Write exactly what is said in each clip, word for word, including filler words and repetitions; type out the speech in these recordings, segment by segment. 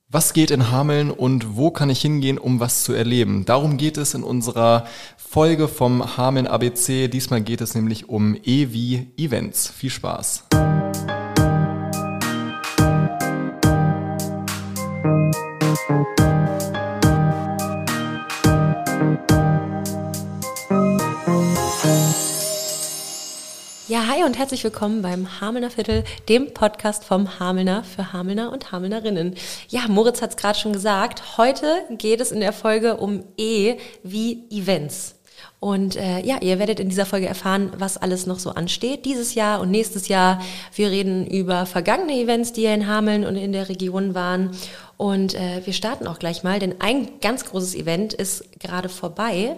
Was geht in Hameln und wo kann ich hingehen, um was zu erleben? Darum geht es in unserer Folge vom Hameln A B C. Diesmal geht es nämlich um E wie Events. Viel Spaß! Ja, hi und herzlich willkommen beim Hamelner Viertel, dem Podcast vom Hamelner für Hamelner und Hamelnerinnen. Ja, Moritz hat es gerade schon gesagt, heute geht es in der Folge um E wie Events. Und äh, ja, ihr werdet in dieser Folge erfahren, was alles noch so ansteht dieses Jahr und nächstes Jahr. Wir reden über vergangene Events, die ja in Hameln und in der Region waren. Und äh, wir starten auch gleich mal, denn ein ganz großes Event ist gerade vorbei.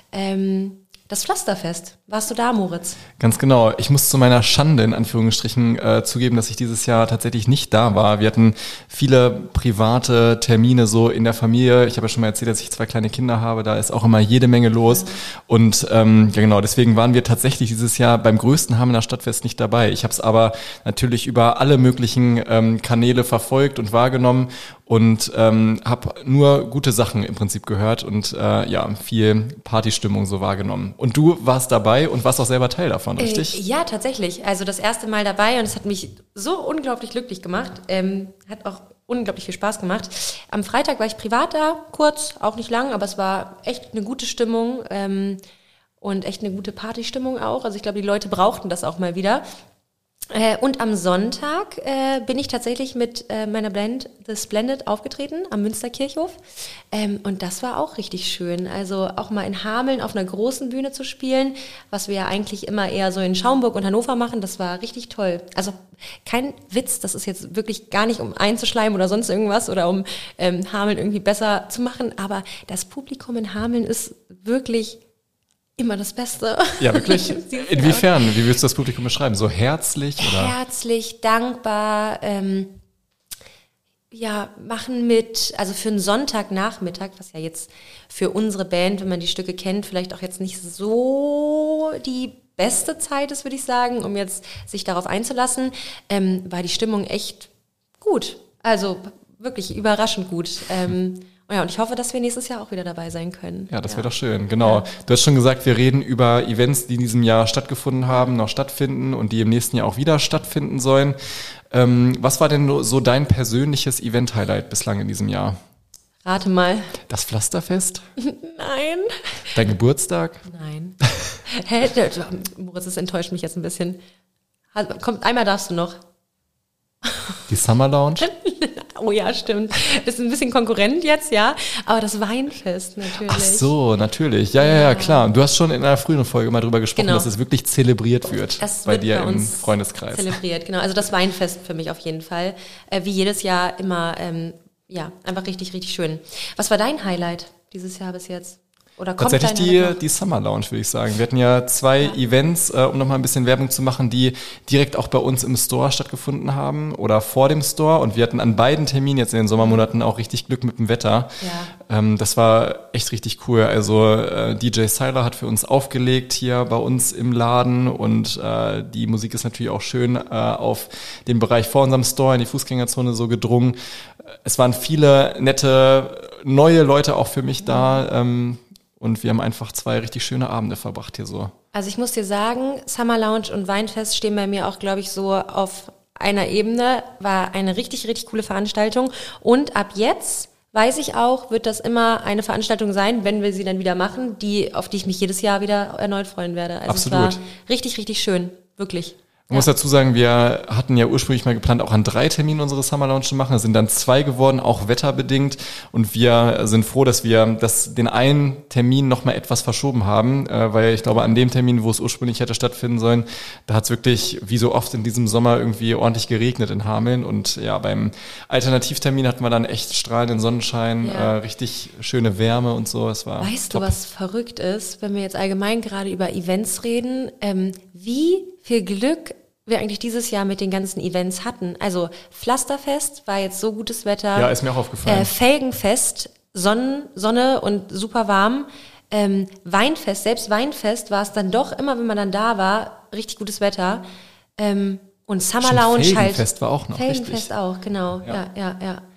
Ähm, Das Pflasterfest. Warst du da, Moritz? Ganz genau. Ich muss zu meiner Schande in Anführungsstrichen äh, zugeben, dass ich dieses Jahr tatsächlich nicht da war. Wir hatten viele private Termine so in der Familie. Ich habe ja schon mal erzählt, dass ich zwei kleine Kinder habe. Da ist auch immer jede Menge los. Ja. Und ähm, ja genau, deswegen waren wir tatsächlich dieses Jahr beim größten Hamelner Stadtfest nicht dabei. Ich habe es aber natürlich über alle möglichen ähm, Kanäle verfolgt und wahrgenommen und ähm, habe nur gute Sachen im Prinzip gehört und äh, ja, viel Partystimmung so wahrgenommen. Und du warst dabei und warst auch selber Teil davon, richtig? Äh, ja, tatsächlich. Also das erste Mal dabei und es hat mich so unglaublich glücklich gemacht. Ähm, hat auch unglaublich viel Spaß gemacht. Am Freitag war ich privat da, kurz, auch nicht lang, aber es war echt eine gute Stimmung ähm, und echt eine gute Partystimmung auch. Also ich glaube, die Leute brauchten das auch mal wieder. Äh, und am Sonntag äh, bin ich tatsächlich mit äh, meiner Band The Splendid aufgetreten am Münsterkirchhof. Ähm, und das war auch richtig schön. Also auch mal in Hameln auf einer großen Bühne zu spielen, was wir ja eigentlich immer eher so in Schaumburg und Hannover machen, das war richtig toll. Also kein Witz, das ist jetzt wirklich gar nicht, um einzuschleimen oder sonst irgendwas oder um ähm, Hameln irgendwie besser zu machen. Aber das Publikum in Hameln ist wirklich immer das Beste. Ja, wirklich? Inwiefern? Wie würdest du das Publikum beschreiben? So herzlich? Oder? Herzlich, dankbar, ähm, ja, machen mit, also für einen Sonntagnachmittag, was ja jetzt für unsere Band, wenn man die Stücke kennt, vielleicht auch jetzt nicht so die beste Zeit ist, würde ich sagen, um jetzt sich darauf einzulassen, ähm, war die Stimmung echt gut. Also wirklich überraschend gut. Ähm, Ja, und ich hoffe, dass wir nächstes Jahr auch wieder dabei sein können. Ja, das wäre doch schön, genau. Ja. Du hast schon gesagt, wir reden über Events, die in diesem Jahr stattgefunden haben, noch stattfinden und die im nächsten Jahr auch wieder stattfinden sollen. Ähm, was war denn so dein persönliches Event-Highlight bislang in diesem Jahr? Rate mal. Das Pflasterfest? Nein. Dein Geburtstag? Nein. Hä? Moritz, das enttäuscht mich jetzt ein bisschen. Komm, einmal darfst du noch. Die Summer Lounge? Oh ja, stimmt. Das ist ein bisschen Konkurrent jetzt, ja. Aber das Weinfest natürlich. Ach so, natürlich. Ja, ja, ja, klar. Du hast schon in einer früheren Folge mal drüber gesprochen, genau, dass es wirklich zelebriert wird. Das bei wird dir bei im uns Freundeskreis. Zelebriert, genau. Also das Weinfest für mich auf jeden Fall. Äh, wie jedes Jahr immer, ähm, ja, einfach richtig, richtig schön. Was war dein Highlight dieses Jahr bis jetzt? Oder kommt Tatsächlich die, die Summer Lounge, würde ich sagen. Wir hatten ja zwei ja. Events, äh, um nochmal ein bisschen Werbung zu machen, die direkt auch bei uns im Store stattgefunden haben oder vor dem Store. Und wir hatten an beiden Terminen jetzt in den Sommermonaten auch richtig Glück mit dem Wetter. Ja. Ähm, das war echt richtig cool. Also äh, D J Sylar hat für uns aufgelegt hier bei uns im Laden und äh, die Musik ist natürlich auch schön äh, auf den Bereich vor unserem Store in die Fußgängerzone so gedrungen. Es waren viele nette neue Leute auch für mich da. Ähm, Und wir haben einfach zwei richtig schöne Abende verbracht hier so. Also ich muss dir sagen, Summer Lounge und Weinfest stehen bei mir auch, glaube ich, so auf einer Ebene. War eine richtig, richtig coole Veranstaltung. Und ab jetzt, weiß ich auch, wird das immer eine Veranstaltung sein, wenn wir sie dann wieder machen, die, auf die ich mich jedes Jahr wieder erneut freuen werde. Also absolut. Es war richtig, richtig schön. Wirklich. Man ja. muss dazu sagen, wir hatten ja ursprünglich mal geplant, auch an drei Terminen unsere Summer Lounge zu machen. Es sind dann zwei geworden, auch wetterbedingt. Und wir sind froh, dass wir das, den einen Termin noch mal etwas verschoben haben, äh, weil ich glaube, an dem Termin, wo es ursprünglich hätte stattfinden sollen, da hat es wirklich, wie so oft in diesem Sommer, irgendwie ordentlich geregnet in Hameln. Und ja, beim Alternativtermin hatten wir dann echt strahlenden Sonnenschein, ja. äh, richtig schöne Wärme und so. Es war Weißt top. du, was verrückt ist, wenn wir jetzt allgemein gerade über Events reden? Ähm, wie viel Glück wir eigentlich dieses Jahr mit den ganzen Events hatten. Also Pflasterfest war jetzt so gutes Wetter. Ja, ist mir auch aufgefallen. Äh, Felgenfest, Sonnen, Sonne und super warm. Ähm, Weinfest, selbst Weinfest war es dann doch immer, wenn man dann da war, richtig gutes Wetter. Ähm, und Summer Lounge halt. Felgenfest war auch noch, Felgenfest richtig. auch, genau. Ja. Ja, ja, ja.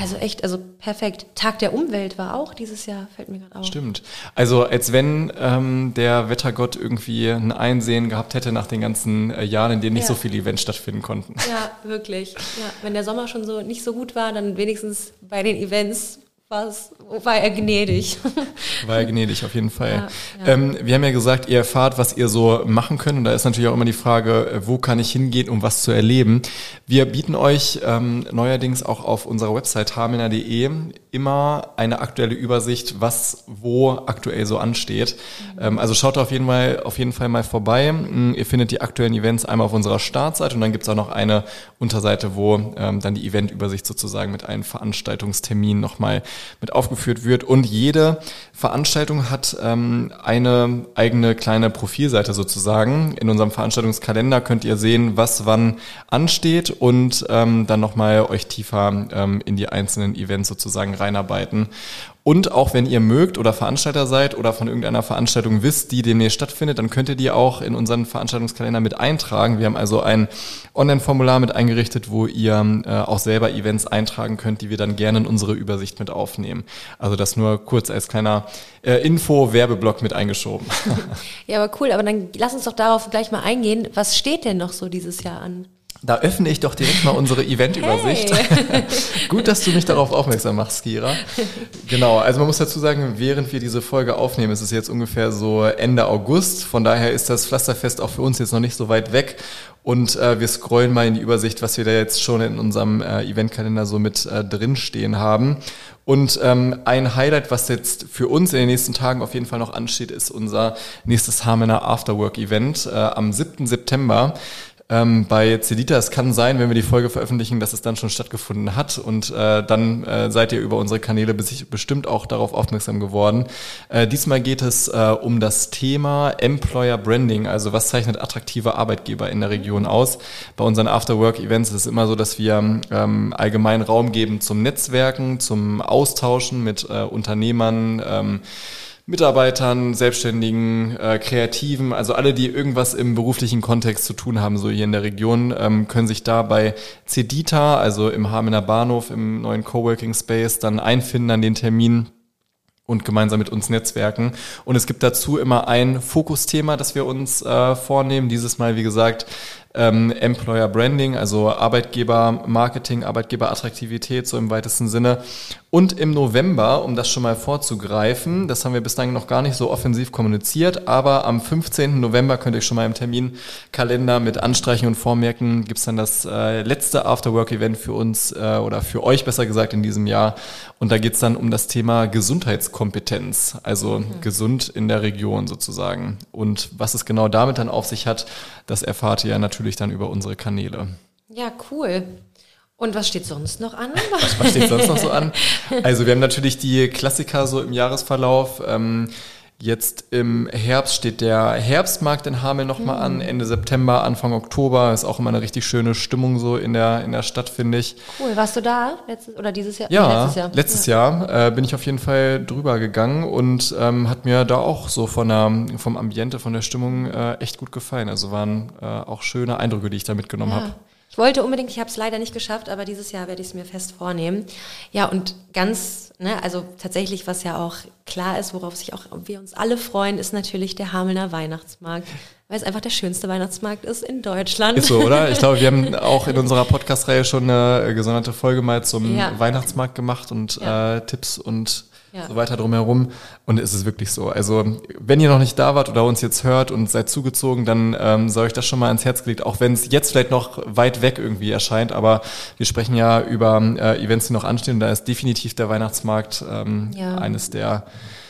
Also echt, also perfekt. Tag der Umwelt war auch dieses Jahr, fällt mir gerade auf. Stimmt. Also als wenn ähm, der Wettergott irgendwie ein Einsehen gehabt hätte nach den ganzen äh, Jahren, in denen nicht Ja. so viele Events stattfinden konnten. Ja, wirklich. Ja, wenn der Sommer schon so nicht so gut war, dann wenigstens bei den Events war's, war er gnädig. War ja gnädig, auf jeden Fall. Ja, ja. Ähm, wir haben ja gesagt, ihr erfahrt, was ihr so machen könnt. Und da ist natürlich auch immer die Frage, äh, wo kann ich hingehen, um was zu erleben. Wir bieten euch ähm, neuerdings auch auf unserer Website hamelner punkt de immer eine aktuelle Übersicht, was wo aktuell so ansteht. Mhm. Ähm, also schaut da auf jeden Fall, auf jeden Fall mal vorbei. Ähm, ihr findet die aktuellen Events einmal auf unserer Startseite und dann gibt's auch noch eine Unterseite, wo ähm, dann die Eventübersicht sozusagen mit einem Veranstaltungstermin nochmal mit aufgeführt wird. Und jede Veranstaltung hat ähm, eine eigene kleine Profilseite sozusagen. In unserem Veranstaltungskalender könnt ihr sehen, was wann ansteht und ähm, dann nochmal euch tiefer ähm, in die einzelnen Events sozusagen reinarbeiten. Und auch wenn ihr mögt oder Veranstalter seid oder von irgendeiner Veranstaltung wisst, die demnächst stattfindet, dann könnt ihr die auch in unseren Veranstaltungskalender mit eintragen. Wir haben also ein Online-Formular mit eingerichtet, wo ihr äh, auch selber Events eintragen könnt, die wir dann gerne in unsere Übersicht mit aufnehmen. Also das nur kurz als kleiner äh, Info-Werbeblock mit eingeschoben. Ja, aber cool. Aber dann lass uns doch darauf gleich mal eingehen. Was steht denn noch so dieses Jahr an? Da öffne ich doch direkt mal unsere Eventübersicht. Hey. Gut, dass du mich darauf aufmerksam machst, Kira. Genau, also man muss dazu sagen, während wir diese Folge aufnehmen, ist es jetzt ungefähr so Ende August. Von daher ist das Pflasterfest auch für uns jetzt noch nicht so weit weg. Und äh, wir scrollen mal in die Übersicht, was wir da jetzt schon in unserem äh, Eventkalender so mit äh, drinstehen haben. Und ähm, ein Highlight, was jetzt für uns in den nächsten Tagen auf jeden Fall noch ansteht, ist unser nächstes Hamelner Afterwork-Event äh, am siebten September. Ähm, bei Cedita, es kann sein, wenn wir die Folge veröffentlichen, dass es dann schon stattgefunden hat und äh, dann äh, seid ihr über unsere Kanäle bestimmt auch darauf aufmerksam geworden. Äh, diesmal geht es äh, um das Thema Employer Branding, also was zeichnet attraktive Arbeitgeber in der Region aus. Bei unseren After-Work-Events ist es immer so, dass wir ähm, allgemein Raum geben zum Netzwerken, zum Austauschen mit äh, Unternehmern, ähm, Mitarbeitern, Selbstständigen, äh, Kreativen, also alle, die irgendwas im beruflichen Kontext zu tun haben, so hier in der Region, ähm, können sich da bei Cedita, also im Hamelner Bahnhof, im neuen Coworking Space, dann einfinden an den Termin und gemeinsam mit uns netzwerken. Und es gibt dazu immer ein Fokusthema, das wir uns äh, vornehmen. Dieses Mal, wie gesagt, ähm, Employer Branding, also Arbeitgeber-Marketing, Arbeitgeberattraktivität, so im weitesten Sinne. Und im November, um das schon mal vorzugreifen, das haben wir bislang noch gar nicht so offensiv kommuniziert, aber am fünfzehnten November könnt ihr schon mal im Terminkalender mit anstreichen und vormerken, gibt's dann das äh, letzte Afterwork-Event für uns äh, oder für euch besser gesagt in diesem Jahr. Und da geht's dann um das Thema Gesundheitskompetenz, also mhm. gesund in der Region sozusagen. Und was es genau damit dann auf sich hat, das erfahrt ihr natürlich dann über unsere Kanäle. Ja, cool. Und was steht sonst noch an? Was, was steht sonst noch so an? Also wir haben natürlich die Klassiker so im Jahresverlauf. Ähm, jetzt im Herbst steht der Herbstmarkt in Hameln nochmal mhm. an. Ende September, Anfang Oktober. Ist auch immer eine richtig schöne Stimmung so in der in der Stadt, finde ich. Cool. Warst du da letztes oder dieses Jahr? Ja, letztes Jahr, letztes ja. Jahr äh, bin ich auf jeden Fall drüber gegangen und ähm, hat mir da auch so von der, vom Ambiente, von der Stimmung äh, echt gut gefallen. Also waren äh, auch schöne Eindrücke, die ich da mitgenommen ja. habe. Ich wollte unbedingt, ich habe es leider nicht geschafft, aber dieses Jahr werde ich es mir fest vornehmen. Ja, und ganz, ne, also tatsächlich, was ja auch klar ist, worauf sich auch wir uns alle freuen, ist natürlich der Hamelner Weihnachtsmarkt, weil es einfach der schönste Weihnachtsmarkt ist in Deutschland. Ist so, oder? Ich glaube, wir haben auch in unserer Podcast-Reihe schon eine gesonderte Folge mal zum ja. Weihnachtsmarkt gemacht und ja. äh, Tipps und ja. so weiter drumherum. Und es ist wirklich so. Also wenn ihr noch nicht da wart oder uns jetzt hört und seid zugezogen, dann ähm, soll euch das schon mal ans Herz gelegt, auch wenn es jetzt vielleicht noch weit weg irgendwie erscheint. Aber wir sprechen ja über äh, Events, die noch anstehen. Und da ist definitiv der Weihnachtsmarkt ähm, ja. eines der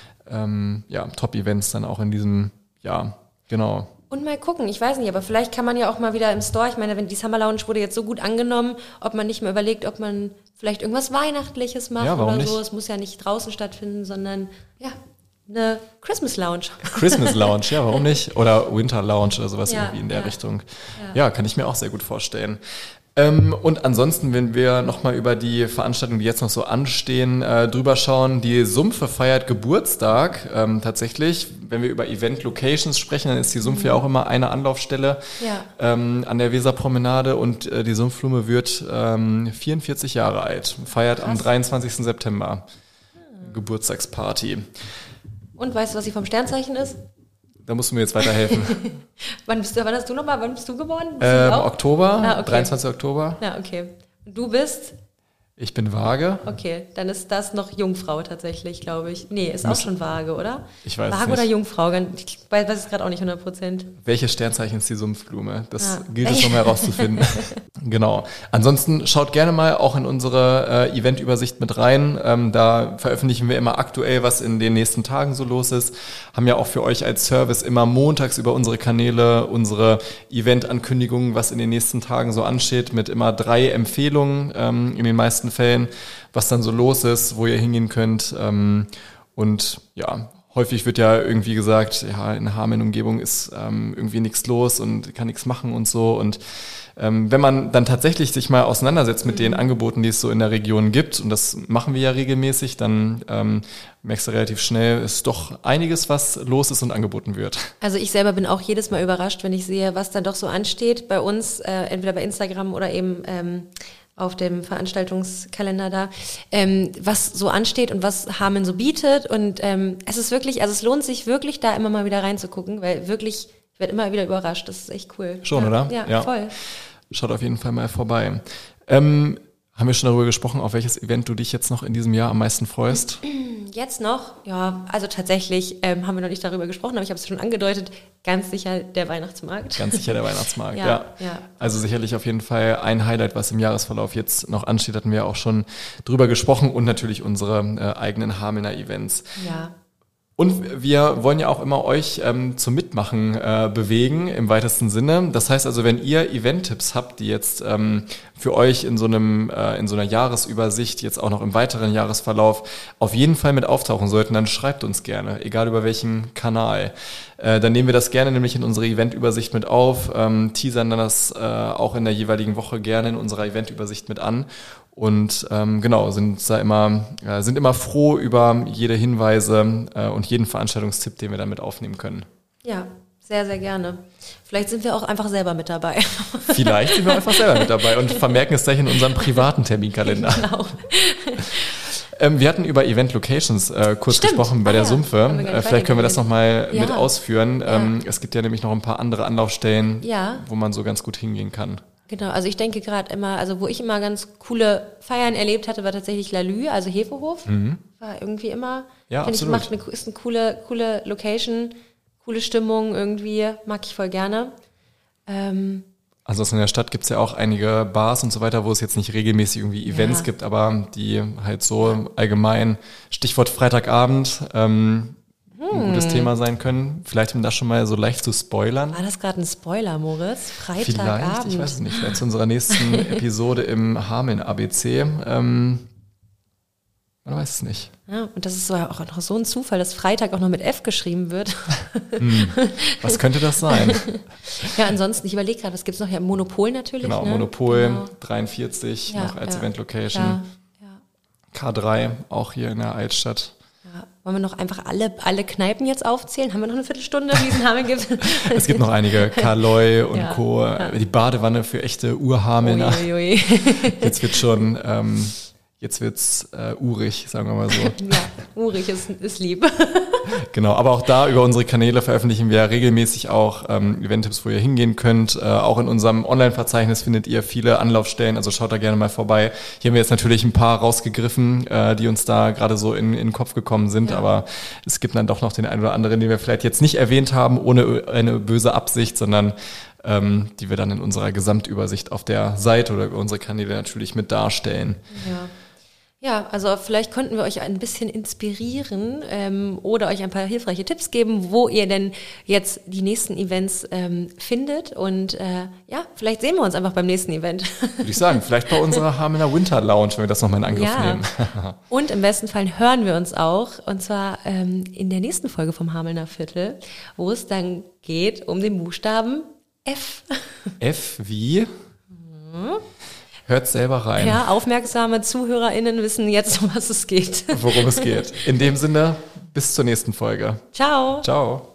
ähm, ja, Top-Events dann auch in diesem Jahr. Genau. Und mal gucken, ich weiß nicht, aber vielleicht kann man ja auch mal wieder im Store, ich meine, wenn die Summer Lounge wurde jetzt so gut angenommen, ob man nicht mehr überlegt, ob man vielleicht irgendwas Weihnachtliches macht ja, oder so. Nicht? Es muss ja nicht draußen stattfinden, sondern ja, eine Christmas Lounge. Christmas Lounge, ja, warum nicht? Oder Winter Lounge oder sowas ja, irgendwie in der ja. Richtung. Ja. ja, kann ich mir auch sehr gut vorstellen. Ähm, und ansonsten, wenn wir nochmal über die Veranstaltungen, die jetzt noch so anstehen, äh, drüber schauen, die Sumpfe feiert Geburtstag ähm, tatsächlich. wenn wir über Event-Locations sprechen, dann ist die Sumpf ja auch immer eine Anlaufstelle Ja. ähm, an der Weserpromenade und äh, die Sumpfblume wird ähm, vierundvierzig Jahre alt, feiert Krass. am dreiundzwanzigsten September Geburtstagsparty. Und weißt du, was sie vom Sternzeichen ist? Da musst du mir jetzt weiterhelfen. Wann bist du, wann hast du nochmal, wann bist du geboren? Bist du ähm, auch? Oktober, Ah, okay. dreiundzwanzigsten Oktober. Ja, okay. Und du bist? Ich bin Waage. Okay, dann ist das noch Jungfrau tatsächlich, glaube ich. Nee, ist auch Muss- schon Waage, oder? Ich weiß es Waage nicht. oder Jungfrau? Ich weiß es gerade auch nicht hundert Prozent. Welches Sternzeichen ist die Sumpfblume? Das Ah. gilt es nochmal herauszufinden. Genau. Ansonsten schaut gerne mal auch in unsere äh, Eventübersicht mit rein. Ähm, da veröffentlichen wir immer aktuell, was in den nächsten Tagen so los ist. Haben ja auch für euch als Service immer montags über unsere Kanäle unsere Event-Ankündigungen, was in den nächsten Tagen so ansteht, mit immer drei Empfehlungen ähm, in den meisten Fällen, was dann so los ist, wo ihr hingehen könnt. Ähm, und ja, häufig wird ja irgendwie gesagt, ja, in der Hameln-Umgebung ist ähm, irgendwie nichts los und kann nichts machen und so. Und ähm, wenn man dann tatsächlich sich mal auseinandersetzt mit den Angeboten, die es so in der Region gibt, und das machen wir ja regelmäßig, dann ähm, merkst du relativ schnell, ist doch einiges, was los ist und angeboten wird. Also ich selber bin auch jedes Mal überrascht, wenn ich sehe, was dann doch so ansteht bei uns, äh, entweder bei Instagram oder eben ähm, auf dem Veranstaltungskalender da, ähm, was so ansteht und was Hameln so bietet. Und ähm, es ist wirklich, also es lohnt sich wirklich, da immer mal wieder reinzugucken, weil wirklich, ich werde immer wieder überrascht. Das ist echt cool. Schon, ja, oder? Ja, Ja. voll. Schaut auf jeden Fall mal vorbei. Ähm, haben wir schon darüber gesprochen, auf welches Event du dich jetzt noch in diesem Jahr am meisten freust? Jetzt noch, ja, also tatsächlich ähm, haben wir noch nicht darüber gesprochen, aber ich habe es schon angedeutet, ganz sicher der Weihnachtsmarkt. Ganz sicher der Weihnachtsmarkt, Ja, ja, ja. Also sicherlich auf jeden Fall ein Highlight, was im Jahresverlauf jetzt noch ansteht, hatten wir auch schon drüber gesprochen, und natürlich unsere äh, eigenen Hamelner Events. Ja. Und wir wollen ja auch immer euch ähm, zum Mitmachen äh, bewegen, im weitesten Sinne. Das heißt also, wenn ihr Event-Tipps habt, die jetzt ähm, für euch in so einem äh, in so einer Jahresübersicht, jetzt auch noch im weiteren Jahresverlauf, auf jeden Fall mit auftauchen sollten, dann schreibt uns gerne, egal über welchen Kanal. Äh, dann nehmen wir das gerne nämlich in unsere Eventübersicht mit auf, ähm, teasern dann das äh, auch in der jeweiligen Woche gerne in unserer Eventübersicht mit an. Und ähm, genau, sind da immer, äh, sind immer froh über jede Hinweise äh, und jeden Veranstaltungstipp, den wir damit aufnehmen können. Ja, sehr, sehr gerne. Vielleicht sind wir auch einfach selber mit dabei. Vielleicht sind wir einfach selber mit dabei und vermerken es gleich in unserem privaten Terminkalender. Genau. Ähm, wir hatten über Event Locations äh, kurz Stimmt. gesprochen bei Ah der ja. Sumpfe. Haben wir gar nicht Äh, vielleicht können wir das nochmal Ja. mit ausführen. Ja. Ähm, es gibt ja nämlich noch ein paar andere Anlaufstellen, Ja. wo man so ganz gut hingehen kann. Genau, also ich denke gerade immer, also wo ich immer ganz coole Feiern erlebt hatte, war tatsächlich Lalü, also Hefehof. War irgendwie immer, Ja, finde ich, absolut. macht eine, ist eine coole, coole Location, coole Stimmung irgendwie, mag ich voll gerne. Ähm, Ansonsten in der Stadt gibt's ja auch einige Bars und so weiter, wo es jetzt nicht regelmäßig irgendwie Events Ja. gibt, aber die halt so allgemein, Stichwort Freitagabend, ähm, ein Hm. gutes Thema sein können. Vielleicht um das schon mal so leicht zu spoilern. war das gerade ein Spoiler, Moritz? Vielleicht, Freitagabend. ich weiß es nicht, vielleicht zu unserer nächsten Episode im Hameln-A B C. Ähm, man weiß es nicht. Ja, und das ist so auch noch so ein Zufall, dass Freitag auch noch mit F geschrieben wird. Was könnte das sein? Ja, ansonsten, ich überlege gerade, was gibt's noch? Ja, Monopol natürlich. Genau, ne? Monopol, Genau. dreiundvierzig Ja, noch als ja, Event-Location. Ja, ja. K drei, auch hier in der Altstadt. Ja. Wollen wir noch einfach alle, alle Kneipen jetzt aufzählen? Haben wir noch eine Viertelstunde, wie es einen Hameln gibt? Es gibt noch einige, Karloy und Ja, Co. ja. Die Badewanne für echte Urhamelner. Uiuiui. Jetzt wird schon, ähm, jetzt wird's äh, urig, sagen wir mal so. Ja, urig ist, ist lieb. Genau, aber auch da über unsere Kanäle veröffentlichen wir regelmäßig auch ähm, Event-Tipps, wo ihr hingehen könnt. Äh, auch in unserem Online-Verzeichnis findet ihr viele Anlaufstellen, also schaut da gerne mal vorbei. Hier haben wir jetzt natürlich ein paar rausgegriffen, äh, die uns da gerade so in, in den Kopf gekommen sind, Ja. aber es gibt dann doch noch den einen oder anderen, den wir vielleicht jetzt nicht erwähnt haben, ohne eine böse Absicht, sondern ähm, die wir dann in unserer Gesamtübersicht auf der Seite oder über unsere Kanäle natürlich mit darstellen. Ja. Ja, also vielleicht konnten wir euch ein bisschen inspirieren ähm, oder euch ein paar hilfreiche Tipps geben, wo ihr denn jetzt die nächsten Events ähm, findet. Und äh, ja, vielleicht sehen wir uns einfach beim nächsten Event. Würde ich sagen, vielleicht bei unserer Hamelner Winter Lounge, wenn wir das nochmal in Angriff Ja. nehmen. Und im besten Fall hören wir uns auch, und zwar ähm, in der nächsten Folge vom Hamelner Viertel, wo es dann geht um den Buchstaben F. F wie? Hört selber rein, Ja, aufmerksame ZuhörerInnen wissen jetzt, um was es geht. worum es geht. In dem Sinne, Bis zur nächsten Folge. Ciao. Ciao.